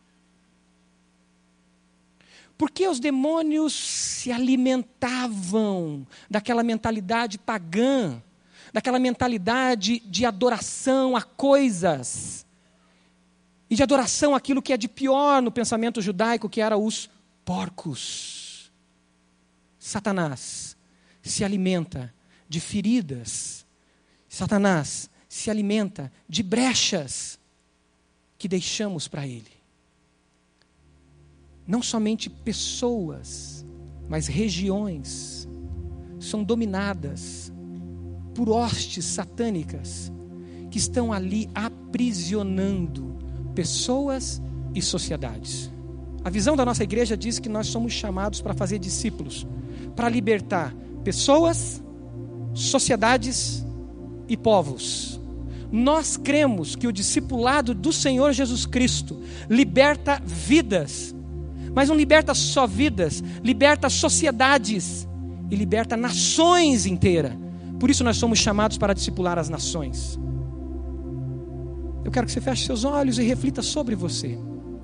Porque os demônios se alimentavam daquela mentalidade pagã, daquela mentalidade de adoração a coisas, e de adoração àquilo que é de pior no pensamento judaico, que era os porcos. Satanás se alimenta de feridas. Satanás se alimenta de brechas que deixamos para ele. Não somente pessoas, mas regiões são dominadas por hostes satânicas que estão ali aprisionando pessoas e sociedades. A visão da nossa igreja diz que nós somos chamados para fazer discípulos, para libertar pessoas, sociedades e povos. Nós cremos que o discipulado do Senhor Jesus Cristo liberta vidas, mas não liberta só vidas, liberta sociedades e liberta nações inteiras. Por isso nós somos chamados para discipular as nações. Eu quero que você feche seus olhos e reflita sobre você.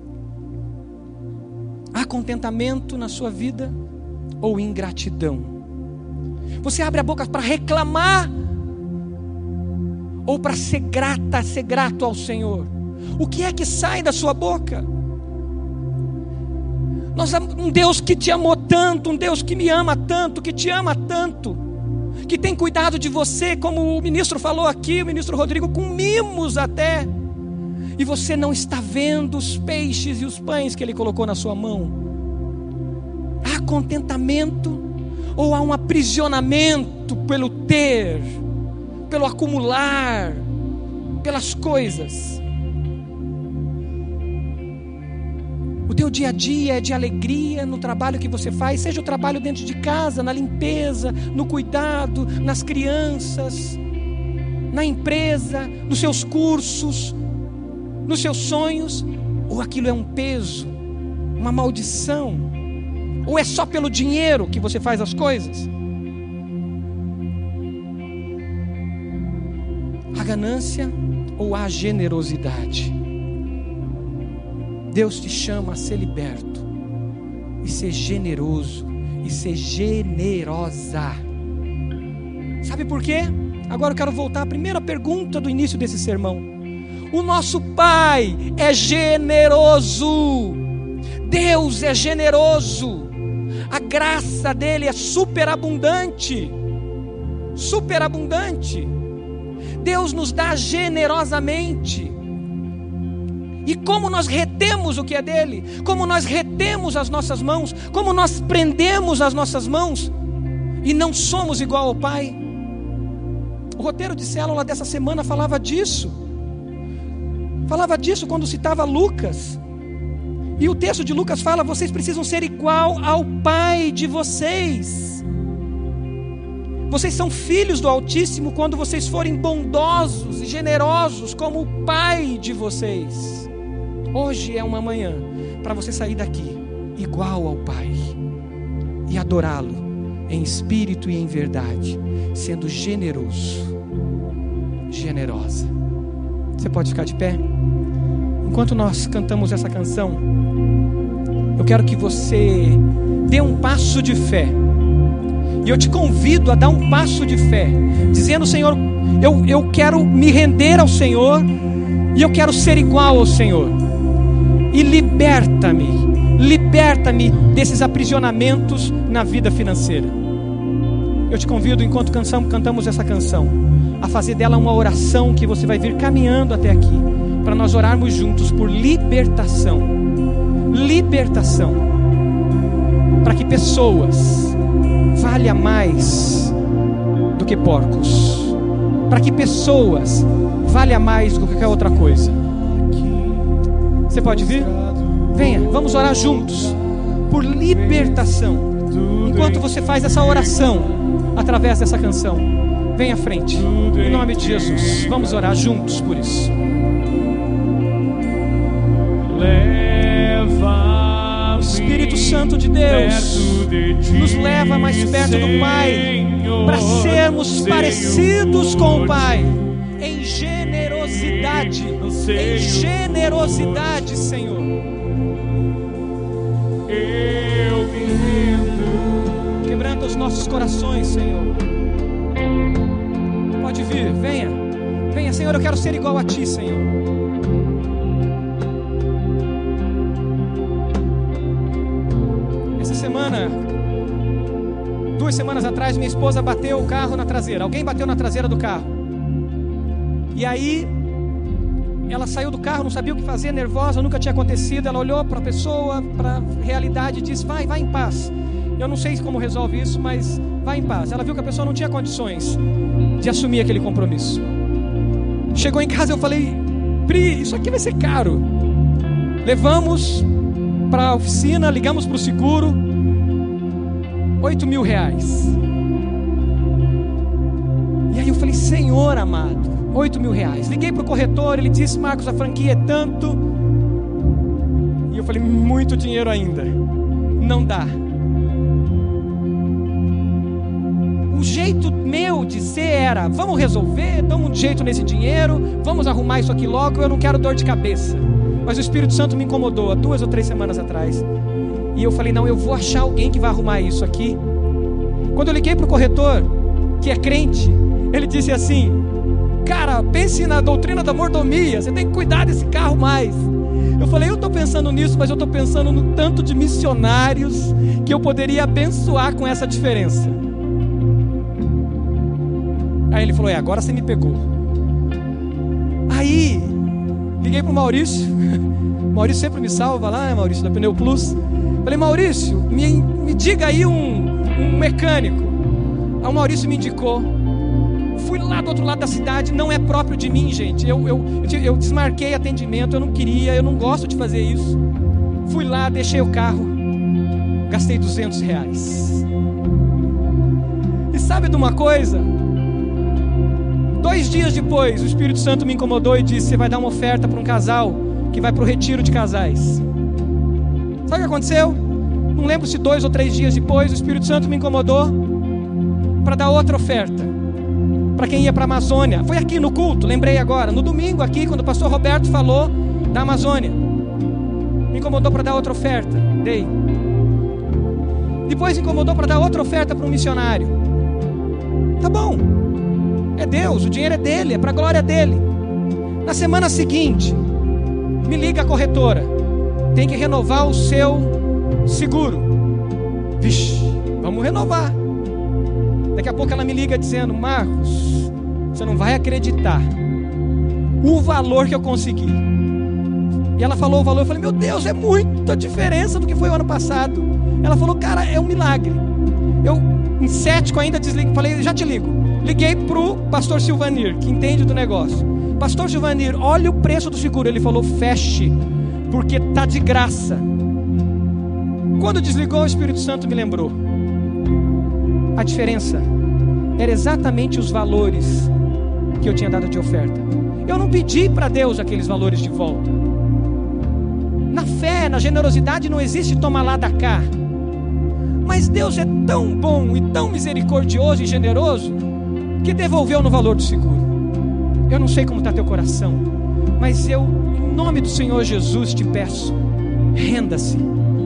Há contentamento na sua vida ou ingratidão? Você abre a boca para reclamar ou para ser grata, ser grato ao Senhor? O que é que sai da sua boca? Nós, um Deus que te amou tanto, um Deus que me ama tanto, que te ama tanto, que tem cuidado de você, como o ministro falou aqui, o ministro Rodrigo, com mimos até, e você não está vendo os peixes e os pães que Ele colocou na sua mão. Há contentamento ou há um aprisionamento pelo ter, pelo acumular, pelas coisas? O teu dia a dia é de alegria no trabalho que você faz, seja o trabalho dentro de casa, na limpeza, no cuidado, nas crianças, na empresa, nos seus cursos, nos seus sonhos, ou aquilo é um peso, uma maldição, ou é só pelo dinheiro que você faz as coisas? A ganância ou a generosidade? Deus te chama a ser liberto e ser generoso e ser generosa. Sabe por quê? Agora eu quero voltar à primeira pergunta do início desse sermão. O nosso Pai é generoso. Deus é generoso. A graça dele é superabundante. Superabundante. Deus nos dá generosamente. E como nós retemos o que é dele, como nós retemos as nossas mãos, como nós prendemos as nossas mãos e não somos igual ao Pai. O roteiro de célula dessa semana falava disso. Falava disso quando citava Lucas. E o texto de Lucas fala: vocês precisam ser igual ao Pai de vocês. Vocês são filhos do Altíssimo quando vocês forem bondosos e generosos como o Pai de vocês. Hoje é uma manhã para você sair daqui igual ao Pai e adorá-lo em espírito e em verdade, sendo generoso, generosa. Você pode ficar de pé? Enquanto nós cantamos essa canção, eu quero que você dê um passo de fé. E eu te convido a dar um passo de fé, dizendo: Senhor, eu, eu quero me render ao Senhor, e eu quero ser igual ao Senhor. E liberta-me, liberta-me desses aprisionamentos na vida financeira. Eu te convido, enquanto canção, cantamos essa canção, a fazer dela uma oração que você vai vir caminhando até aqui, para nós orarmos juntos por libertação. Libertação, para que pessoas valha mais do que porcos, para que pessoas valha mais do que qualquer outra coisa. Você pode vir? Venha, vamos orar juntos por libertação. Enquanto você faz essa oração através dessa canção, vem à frente, em nome de Jesus. Vamos orar juntos por isso. O Espírito Santo de Deus nos leva mais perto do Pai, para sermos parecidos com o Pai em generosidade, em generosidade, Senhor. Eu me rendo. Quebranta os nossos corações, Senhor. Pode vir, venha, venha, Senhor, eu quero ser igual a Ti, Senhor. Essa semana, duas duas semanas atrás, minha esposa bateu o carro na traseira. Alguém bateu na traseira do carro. E aí, ela saiu do carro, não sabia o que fazer, nervosa, nunca tinha acontecido. Ela olhou para a pessoa, para a realidade e disse: vai, vai em paz. Eu não sei como resolve isso, mas vai em paz. Ela viu que a pessoa não tinha condições de assumir aquele compromisso. Chegou em casa, eu falei: Pri, isso aqui vai ser caro. Levamos para a oficina, ligamos para o seguro, oito mil reais. E aí eu falei: Senhor amado, oito mil reais. Liguei para o corretor, ele disse: Marcos, a franquia é tanto. E eu falei: muito dinheiro ainda, não dá. O jeito meu de ser era: vamos resolver, damos um jeito nesse dinheiro, vamos arrumar isso aqui logo, eu não quero dor de cabeça. Mas o Espírito Santo me incomodou há duas ou três semanas atrás, e eu falei: não, eu vou achar alguém que vai arrumar isso aqui. Quando eu liguei para o corretor, que é crente, ele disse assim: cara, pense na doutrina da mordomia, você tem que cuidar desse carro mais. Eu falei: eu estou pensando nisso, mas eu estou pensando no tanto de missionários que eu poderia abençoar com essa diferença. Aí ele falou: é, agora você me pegou. Aí liguei para o Maurício. Maurício sempre me salva lá, né, Maurício da Pneu Plus. Falei: Maurício, me, me diga aí um, um mecânico. Aí o Maurício me indicou. Fui lá do outro lado da cidade. Não é próprio de mim, gente. Eu, eu, eu, eu desmarquei atendimento. Eu não queria, eu não gosto de fazer isso. Fui lá, deixei o carro, gastei duzentos reais. E sabe de uma coisa? Dois dias depois, o Espírito Santo me incomodou e disse: você vai dar uma oferta para um casal que vai para o retiro de casais. Sabe o que aconteceu? Não lembro se dois ou três dias depois, o Espírito Santo me incomodou para dar outra oferta para quem ia para a Amazônia. Foi aqui no culto, lembrei agora, no domingo aqui, quando o pastor Roberto falou da Amazônia. Me incomodou para dar outra oferta, dei. Depois me incomodou para dar outra oferta para um missionário. Tá bom, é Deus, o dinheiro é dele, é para a glória dele. Na semana seguinte, me liga a corretora: tem que renovar o seu seguro. Vixe, vamos renovar. Daqui a pouco ela me liga dizendo: Marcos, você não vai acreditar o valor que eu consegui. E ela falou o valor, eu falei: meu Deus, é muita diferença do que foi o ano passado. Ela falou: cara, é um milagre. Eu, em cético ainda, desliguei, falei: já te ligo. Liguei pro pastor Silvanir, que entende do negócio. Pastor Silvanir, olha o preço do seguro. Ele falou: feche, porque tá de graça. Quando desligou, o Espírito Santo me lembrou. A diferença era exatamente os valores que eu tinha dado de oferta. Eu não pedi para Deus aqueles valores de volta. Na fé, na generosidade não existe toma lá da cá. Mas Deus é tão bom e tão misericordioso e generoso que devolveu no valor do seguro. Eu não sei como está teu coração, mas eu, em nome do Senhor Jesus, te peço: renda-se.